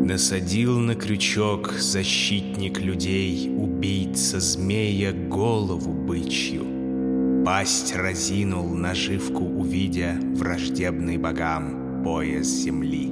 Насадил на крючок защитник людей, убийца змея, голову бычью. Пасть разинул, наживку увидя, враждебный богам пояс земли.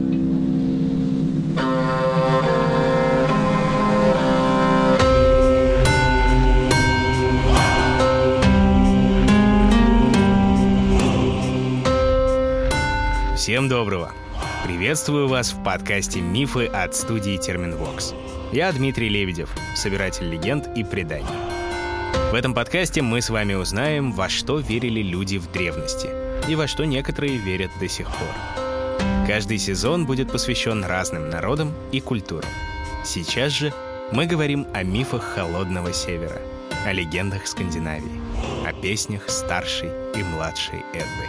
Всем доброго! Приветствую вас в подкасте «Мифы» от студии Терминвокс. Я Дмитрий Лебедев, собиратель легенд и преданий. В этом подкасте мы с вами узнаем, во что верили люди в древности и во что некоторые верят до сих пор. Каждый сезон будет посвящен разным народам и культурам. Сейчас же мы говорим о мифах Холодного Севера, о легендах Скандинавии, о песнях старшей и младшей Эдды.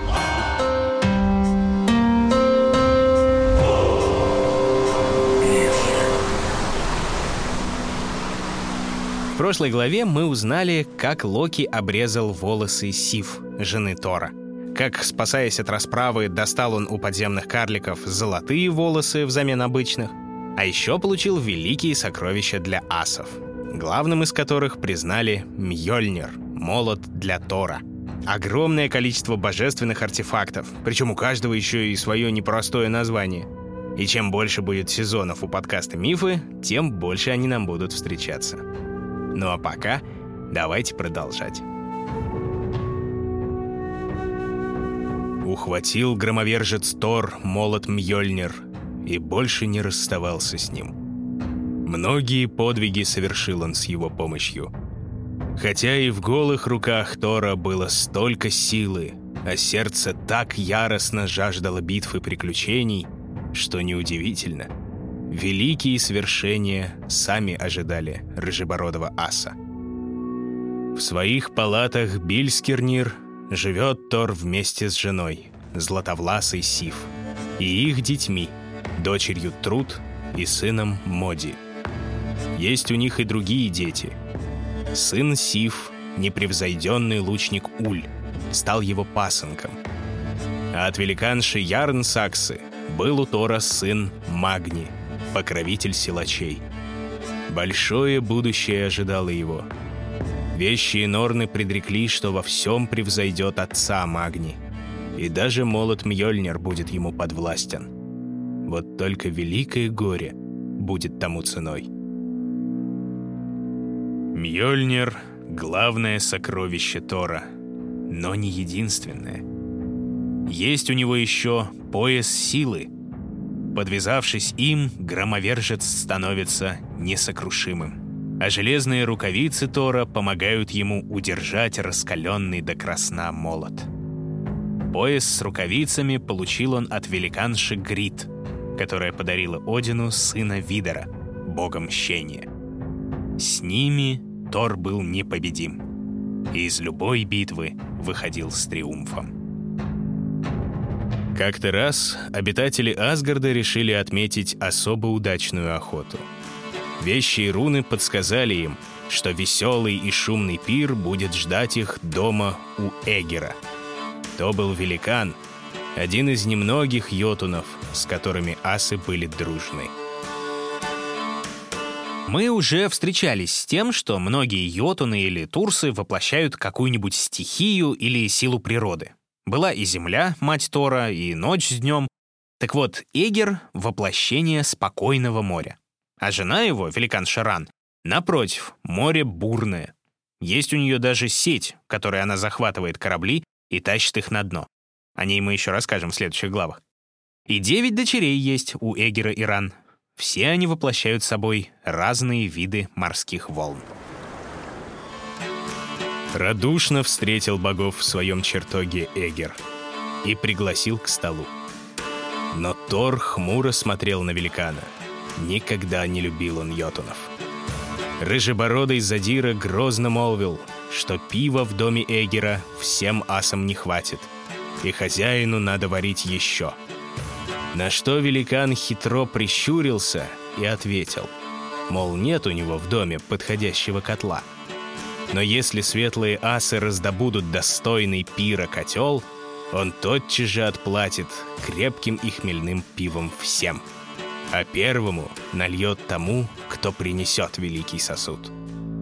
В прошлой главе мы узнали, как Локи обрезал волосы Сиф, жены Тора. Как, спасаясь от расправы, достал он у подземных карликов золотые волосы взамен обычных. А еще получил великие сокровища для асов, главным из которых признали Мьёльнир, молот для Тора. Огромное количество божественных артефактов, причем у каждого еще и свое непростое название. И чем больше будет сезонов у подкаста «Мифы», тем больше они нам будут встречаться. Ну а пока давайте продолжать. Ухватил громовержец Тор молот Мьёльнир и больше не расставался с ним. Многие подвиги совершил он с его помощью. Хотя и в голых руках Тора было столько силы, а сердце так яростно жаждало битв и приключений, что неудивительно. Великие свершения сами ожидали рыжебородого аса. В своих палатах Бильскирнир живет Тор вместе с женой, златовласой Сиф, и их детьми, дочерью Труд и сыном Моди. Есть у них и другие дети. Сын Сиф, непревзойденный лучник Уль, стал его пасынком. А от великанши Ярнсаксы был у Тора сын Магни, покровитель силачей. Большое будущее ожидало его. Вещие Норны предрекли, что во всем превзойдет отца Магни, и даже молот Мьёльнир будет ему подвластен. Вот только великое горе будет тому ценой. Мьёльнир — главное сокровище Тора, но не единственное. Есть у него еще пояс силы. Подвязавшись им, громовержец становится несокрушимым, а железные рукавицы Тора помогают ему удержать раскаленный до красна молот. Пояс с рукавицами получил он от великанши Грит, которая подарила Одину сына Видера, бога мщения. С ними Тор был непобедим и из любой битвы выходил с триумфом. Как-то раз обитатели Асгарда решили отметить особо удачную охоту. Вещие руны подсказали им, что веселый и шумный пир будет ждать их дома у Эгера. То был великан, один из немногих йотунов, с которыми асы были дружны. Мы уже встречались с тем, что многие йотуны или турсы воплощают какую-нибудь стихию или силу природы. Была и земля, мать Тора, и ночь с днем. Так вот, Эгер — воплощение спокойного моря. А жена его, великан Шаран, напротив, море бурное. Есть у нее даже сеть, которой она захватывает корабли и тащит их на дно. О ней мы еще расскажем в следующих главах. И 9 дочерей есть у Эгера и Ран. Все они воплощают собой разные виды морских волн. Радушно встретил богов в своем чертоге Эгер и пригласил к столу. Но Тор хмуро смотрел на великана. Никогда не любил он йотунов. Рыжебородый задира грозно молвил, что пива в доме Эгера всем асам не хватит, и хозяину надо варить еще. На что великан хитро прищурился и ответил, мол, нет у него в доме подходящего котла. Но если светлые асы раздобудут достойный пира котел, он тотчас же отплатит крепким и хмельным пивом всем. а первому нальет тому, кто принесет великий сосуд.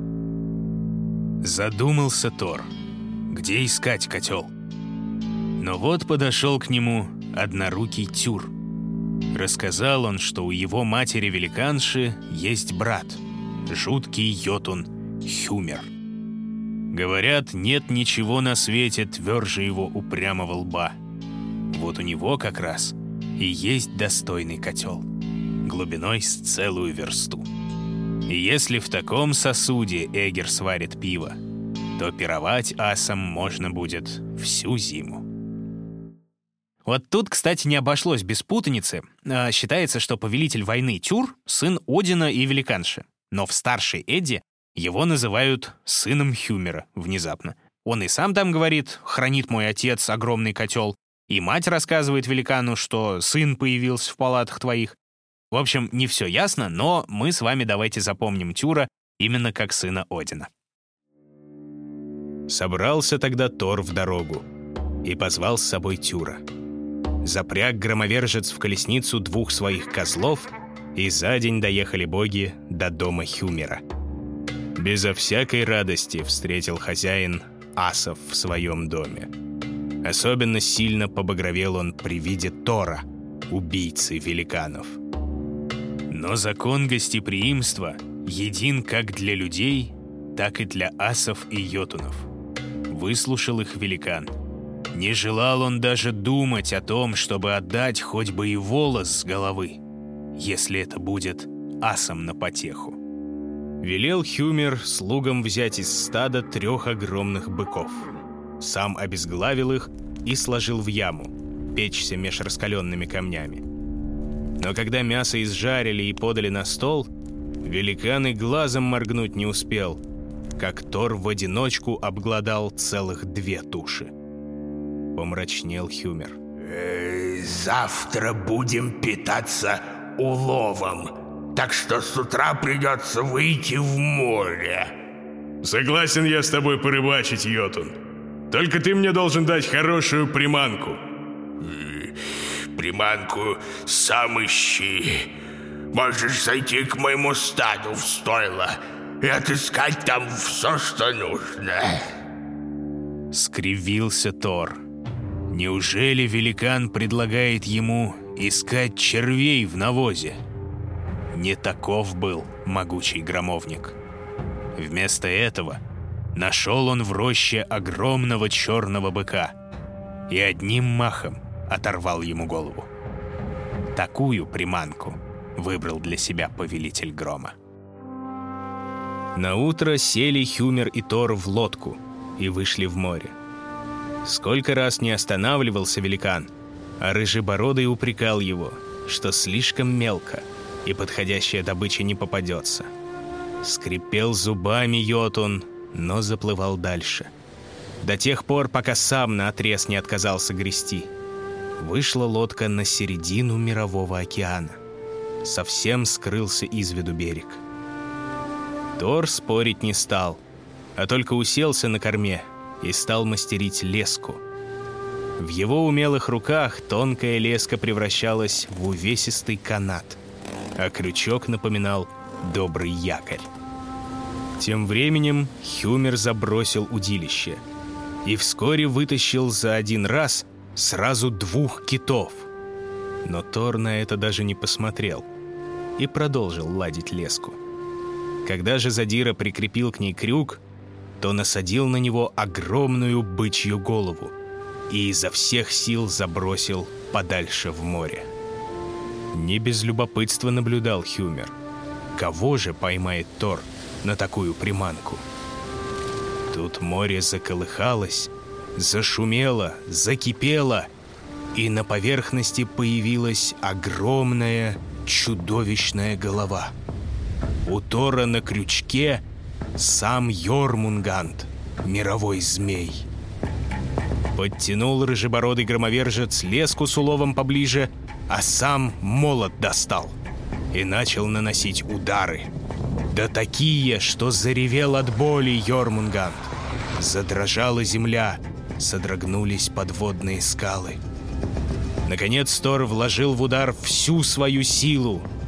Задумался Тор, где искать котел. Но вот подошел к нему однорукий Тюр. Рассказал он, что у его матери-великанши есть брат, жуткий йотун Хюмер. Говорят, нет ничего на свете тверже его упрямого лба. Вот у него как раз и есть достойный котел, глубиной с целую версту. И если в таком сосуде Эгер сварит пиво, то пировать асам можно будет всю зиму. Вот тут, кстати, не обошлось без путаницы. Считается, что повелитель войны Тюр — сын Одина и великанши. Но в старшей Эдде его называют сыном Хюмера внезапно. Он и сам там говорит: «Хранит мой отец огромный котел». И мать рассказывает великану, что сын появился в палатах твоих. В общем, не все ясно, но мы с вами давайте запомним Тюра именно как сына Одина. Собрался тогда Тор в дорогу и позвал с собой Тюра. Запряг громовержец в колесницу 2 своих козлов, и за день доехали боги до дома Хюмера. Безо всякой радости встретил хозяин асов в своем доме. Особенно сильно побагровел он при виде Тора, убийцы великанов. Но закон гостеприимства един как для людей, так и для асов и йотунов. Выслушал их великан. Не желал он даже думать о том, чтобы отдать хоть бы и волос с головы, если это будет асам на потеху. Велел Хюмер слугам взять из стада 3 огромных быков. Сам обезглавил их и сложил в яму, печься меж раскаленными камнями. Но когда мясо изжарили и подали на стол, великан и глазом моргнуть не успел, как Тор в одиночку обглодал целых 2 туши. Помрачнел Хюмер. Завтра будем питаться уловом, так что с утра придется выйти в море. Согласен я с тобой порыбачить, йотун. Только ты мне должен дать хорошую приманку. Приманку сам ищи. Можешь зайти к моему стаду в стойло и отыскать там все, что нужно. Скривился Тор. Неужели великан предлагает ему искать червей в навозе? Не таков был могучий громовник. Вместо этого нашел он в роще огромного черного быка и одним махом оторвал ему голову. Такую приманку выбрал для себя повелитель грома. Наутро сели Хюмер и Тор в лодку и вышли в море. Сколько раз не останавливался великан, а рыжебородый упрекал его, что слишком мелко и подходящая добыча не попадется. Скрипел зубами йотун, но заплывал дальше. До тех пор, пока сам наотрез не отказался грести. Вышла лодка на середину мирового океана. Совсем скрылся из виду берег. Тор спорить не стал, а только уселся на корме и стал мастерить леску. В его умелых руках тонкая леска превращалась в увесистый канат, а крючок напоминал добрый якорь. Тем временем Хюмер забросил удилище и вскоре вытащил за один раз сразу 2 китов. Но Тор на это даже не посмотрел и продолжил ладить леску. Когда же задира прикрепил к ней крюк, то насадил на него огромную бычью голову и изо всех сил забросил подальше в море. Не без любопытства наблюдал Хюмер. Кого же поймает Тор на такую приманку? Тут море заколыхалось, зашумело, закипело, и на поверхности появилась огромная чудовищная голова. У Тора на крючке сам Йормунганд, мировой змей. Подтянул рыжебородый громовержец леску с уловом поближе, а сам молот достал и начал наносить удары. Да такие, что заревел от боли Йормунганд. Задрожала земля, содрогнулись подводные скалы. Наконец Тор вложил в удар всю свою силу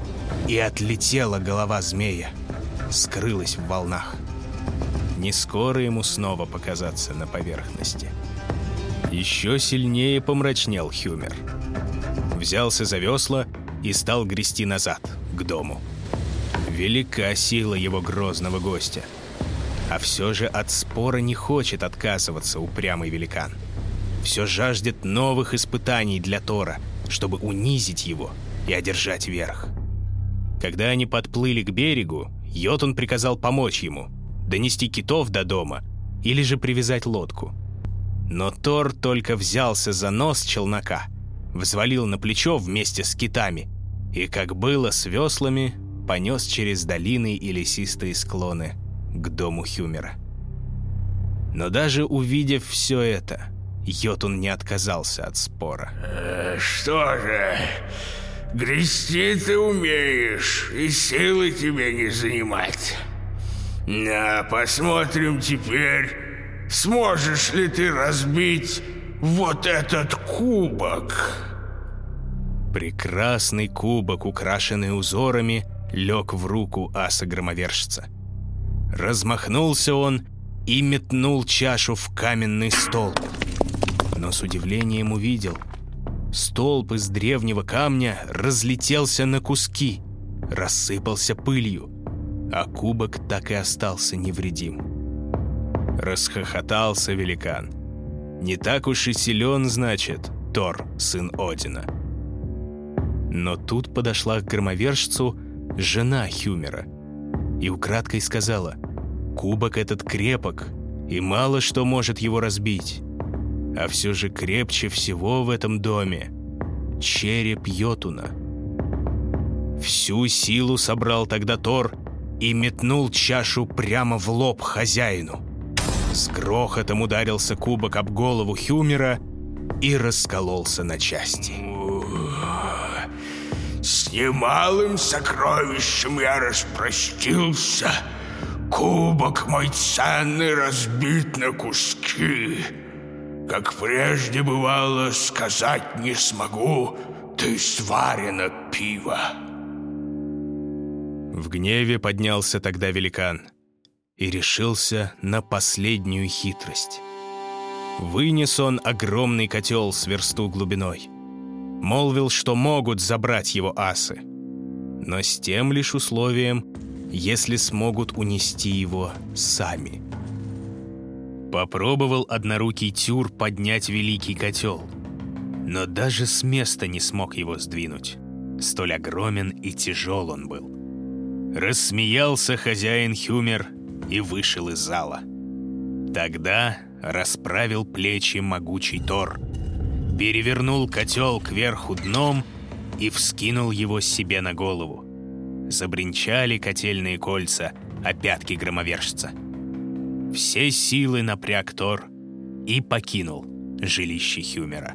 и отлетела голова змея, скрылась в волнах. Не скоро ему снова показаться на поверхности. Еще сильнее помрачнел Хюмер. Взялся за весла и стал грести назад, к дому. Велика сила его грозного гостя. А все же от спора не хочет отказываться упрямый великан. Все жаждет новых испытаний для Тора, чтобы унизить его и одержать верх. Когда они подплыли к берегу, Йотун приказал помочь ему, донести китов до дома или же привязать лодку. Но Тор только взялся за нос челнока, взвалил на плечо вместе с китами и, как было с веслами, понес через долины и лесистые склоны к дому Хюмера. Но даже увидев все это, Йотун не отказался от спора. Что же, грести ты умеешь, и силы тебе не занимать. Посмотрим теперь, сможешь ли ты разбить вот этот кубок. Прекрасный кубок, украшенный узорами, лег в руку аса-громовержца. Размахнулся он и метнул чашу в каменный столб. Но с удивлением увидел: столб из древнего камня разлетелся на куски, рассыпался пылью, а кубок так и остался невредим. Расхохотался великан. Не так уж и силен, значит, Тор, сын Одина. Но тут подошла к громовержцу жена Хюмера и украдкой сказала: кубок этот крепок, и мало что может его разбить. А все же крепче всего в этом доме череп Йотуна. Всю силу собрал тогда Тор и метнул чашу прямо в лоб хозяину. С грохотом ударился кубок об голову Хюмера и раскололся на части. С немалым сокровищем я распростился. Кубок мой ценный разбит на куски. Как прежде бывало, сказать не смогу, ты сварено пиво. В гневе поднялся тогда великан и решился на последнюю хитрость. Вынес он огромный котел с версту глубиной. Молвил, что могут забрать его асы, но с тем лишь условием, если смогут унести его сами. Попробовал однорукий Тюр поднять великий котел, но даже с места не смог его сдвинуть. Столь огромен и тяжел он был. Рассмеялся хозяин Хюмер и вышел из зала. Тогда расправил плечи могучий Тор, перевернул котел кверху дном и вскинул его себе на голову. Забринчали котельные кольца о пятки громовержца. Все силы напряг Тор и покинул жилище Хюмера.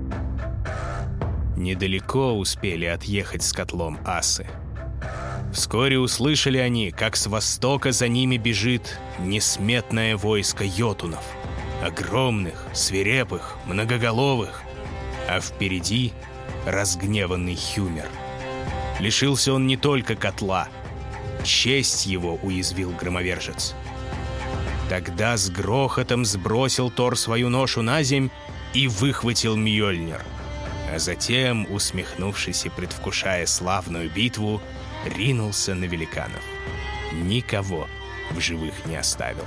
Недалеко успели отъехать с котлом асы. Вскоре услышали они, как с востока за ними бежит несметное войско йотунов. Огромных, свирепых, многоголовых. А впереди разгневанный Хюмер. Лишился он не только котла, честь его уязвил громовержец. Тогда с грохотом сбросил Тор свою ношу на земь и выхватил Мьёльнир. А затем, усмехнувшись и предвкушая славную битву, ринулся на великанов. Никого в живых не оставил.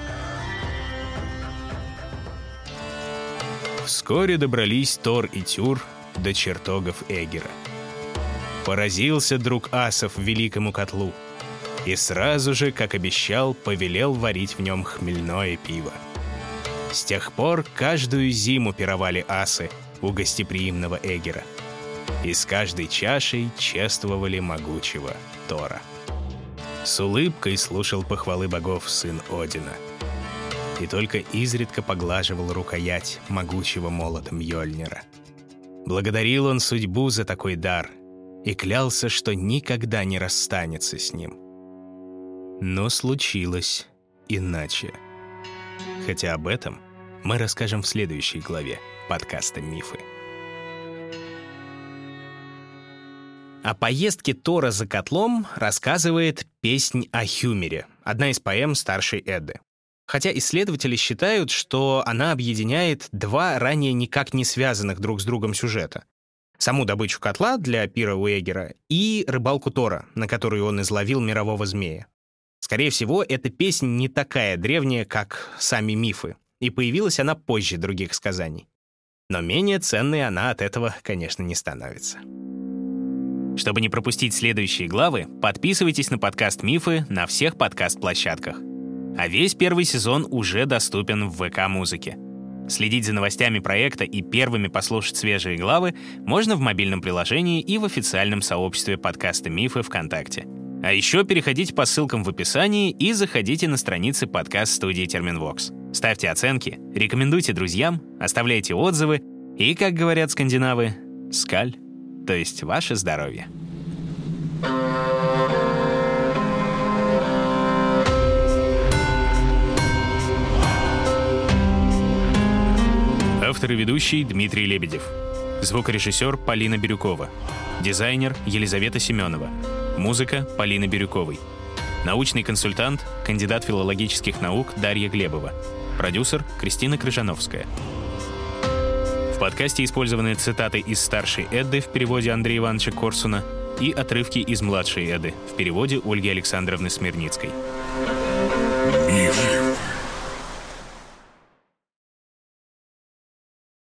Вскоре добрались Тор и Тюр до чертогов Эгера. Поразился друг асов великому котлу и сразу же, как обещал, повелел варить в нем хмельное пиво. С тех пор каждую зиму пировали асы у гостеприимного Эгера и с каждой чашей чествовали могучего Тора. С улыбкой слушал похвалы богов сын Одина и только изредка поглаживал рукоять могучего молота Мьёльнира. Благодарил он судьбу за такой дар и клялся, что никогда не расстанется с ним. Но случилось иначе. Хотя об этом мы расскажем в следующей главе подкаста «Мифы». О поездке Тора за котлом рассказывает «Песнь о Хюмере», одна из поэм старшей Эдды. Хотя исследователи считают, что она объединяет два ранее никак не связанных друг с другом сюжета. Саму добычу котла для пира Уэгера и рыбалку Тора, на которую он изловил мирового змея. Скорее всего, эта песня не такая древняя, как сами мифы, и появилась она позже других сказаний. Но менее ценной она от этого, конечно, не становится. Чтобы не пропустить следующие главы, подписывайтесь на подкаст «Мифы» на всех подкаст-площадках. А весь первый сезон уже доступен в ВК-музыке. Следить за новостями проекта и первыми послушать свежие главы можно в мобильном приложении и в официальном сообществе подкаста «Мифы» ВКонтакте. А еще переходите по ссылкам в описании и заходите на страницы подкаст-студии Терминвокс. Ставьте оценки, рекомендуйте друзьям, оставляйте отзывы и, как говорят скандинавы, скаль, то есть ваше здоровье. Автор и ведущий Дмитрий Лебедев. Звукорежиссер Полина Бирюкова. Дизайнер Елизавета Семенова. Музыка Полины Бирюковой. Научный консультант, кандидат филологических наук Дарья Глебова. Продюсер Кристина Крыжановская. В подкасте использованы цитаты из старшей Эдды в переводе Андрея Ивановича Корсуна и отрывки из младшей Эдды в переводе Ольги Александровны Смирницкой. Миф.